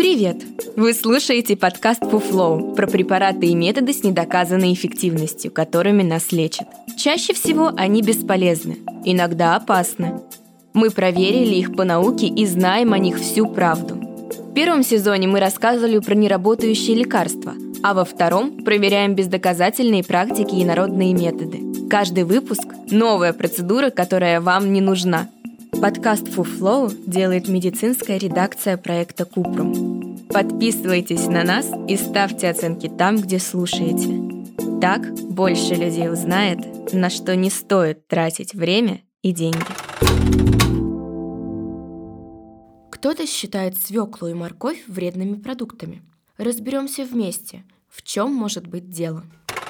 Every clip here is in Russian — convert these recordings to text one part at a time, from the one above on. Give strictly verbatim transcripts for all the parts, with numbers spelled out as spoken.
Привет! Вы слушаете подкаст «Фуфлоу» про препараты и методы с недоказанной эффективностью, которыми нас лечат. Чаще всего они бесполезны, иногда опасны. Мы проверили их по науке и знаем о них всю правду. В первом сезоне мы рассказывали про неработающие лекарства, а во втором проверяем бездоказательные практики и народные методы. Каждый выпуск – новая процедура, которая вам не нужна. Подкаст «Фуфлоу» делает медицинская редакция проекта «Купрум». Подписывайтесь на нас и ставьте оценки там, где слушаете. Так больше людей узнает, на что не стоит тратить время и деньги. Кто-то считает свеклу и морковь вредными продуктами. Разберемся вместе, в чем может быть дело.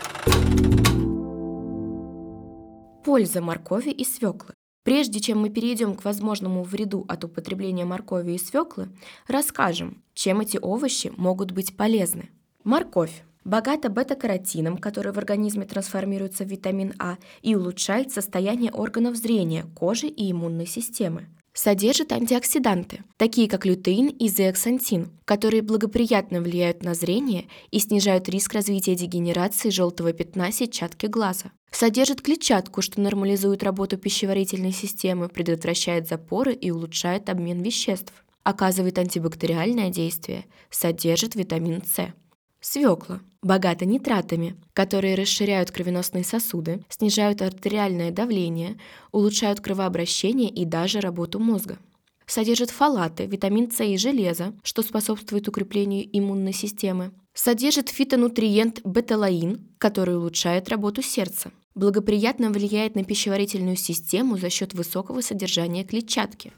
Польза моркови и свеклы. Прежде чем мы перейдем к возможному вреду от употребления моркови и свеклы, расскажем, чем эти овощи могут быть полезны. Морковь богата бета-каротином, который в организме трансформируется в витамин А и улучшает состояние органов зрения, кожи и иммунной системы. Содержит антиоксиданты, такие как лютеин и зеаксантин, которые благоприятно влияют на зрение и снижают риск развития дегенерации желтого пятна сетчатки глаза. Содержит клетчатку, что нормализует работу пищеварительной системы, предотвращает запоры и улучшает обмен веществ. Оказывает антибактериальное действие, содержит витамин С. Свекла богата нитратами, которые расширяют кровеносные сосуды, снижают артериальное давление, улучшают кровообращение и даже работу мозга. Содержит фолаты, витамин С и железо, что способствует укреплению иммунной системы. Содержит фитонутриент беталоин, который улучшает работу сердца. Благоприятно влияет на пищеварительную систему за счет высокого содержания клетчатки.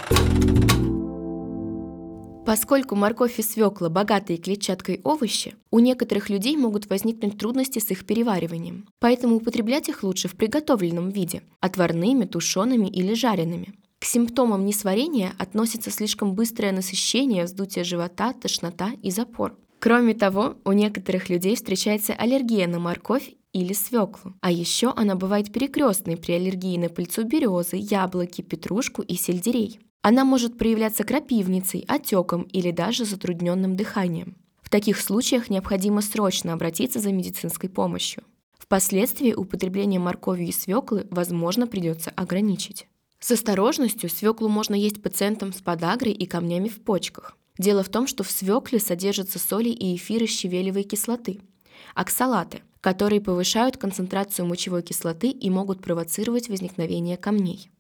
Поскольку морковь и свекла – богатые клетчаткой овощи, у некоторых людей могут возникнуть трудности с их перевариванием. Поэтому употреблять их лучше в приготовленном виде – отварными, тушеными или жареными. К симптомам несварения относятся слишком быстрое насыщение, вздутие живота, тошнота и запор. Кроме того, у некоторых людей встречается аллергия на морковь или свеклу. А еще она бывает перекрестной при аллергии на пыльцу березы, яблоки, петрушку и сельдерей. Она может проявляться крапивницей, отеком или даже затрудненным дыханием. В таких случаях необходимо срочно обратиться за медицинской помощью. Впоследствии употребление моркови и свеклы, возможно, придется ограничить. С осторожностью свеклу можно есть пациентам с подагрой и камнями в почках. Дело в том, что в свекле содержатся соли и эфиры щавелевой кислоты, оксалаты, которые повышают концентрацию мочевой кислоты и могут провоцировать возникновение камней.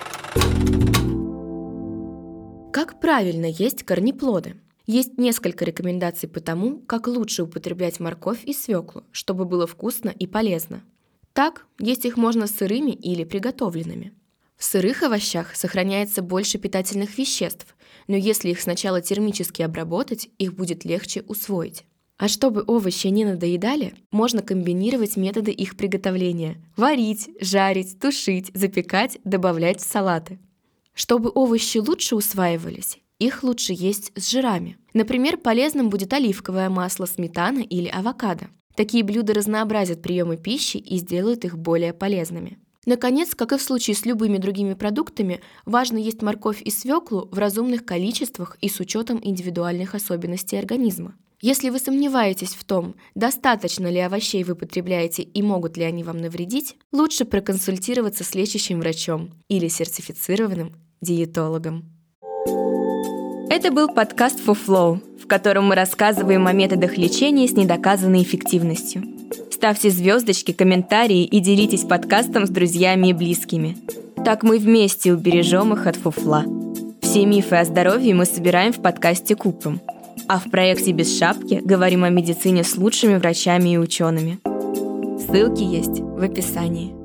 Как правильно есть корнеплоды? Есть несколько рекомендаций по тому, как лучше употреблять морковь и свеклу, чтобы было вкусно и полезно. Так, есть их можно сырыми или приготовленными. В сырых овощах сохраняется больше питательных веществ, но если их сначала термически обработать, их будет легче усвоить. А чтобы овощи не надоедали, можно комбинировать методы их приготовления – варить, жарить, тушить, запекать, добавлять в салаты. Чтобы овощи лучше усваивались, их лучше есть с жирами. Например, полезным будет оливковое масло, сметана или авокадо. Такие блюда разнообразят приемы пищи и сделают их более полезными. Наконец, как и в случае с любыми другими продуктами, важно есть морковь и свеклу в разумных количествах и с учетом индивидуальных особенностей организма. Если вы сомневаетесь в том, достаточно ли овощей вы потребляете и могут ли они вам навредить, лучше проконсультироваться с лечащим врачом или сертифицированным диетологом. Это был подкаст «Фуфлоу», в котором мы рассказываем о методах лечения с недоказанной эффективностью. Ставьте звездочки, комментарии и делитесь подкастом с друзьями и близкими. Так мы вместе убережем их от фуфла. Все мифы о здоровье мы собираем в подкасте «Купрум». А в проекте «Без шапки» говорим о медицине с лучшими врачами и учеными. Ссылки есть в описании.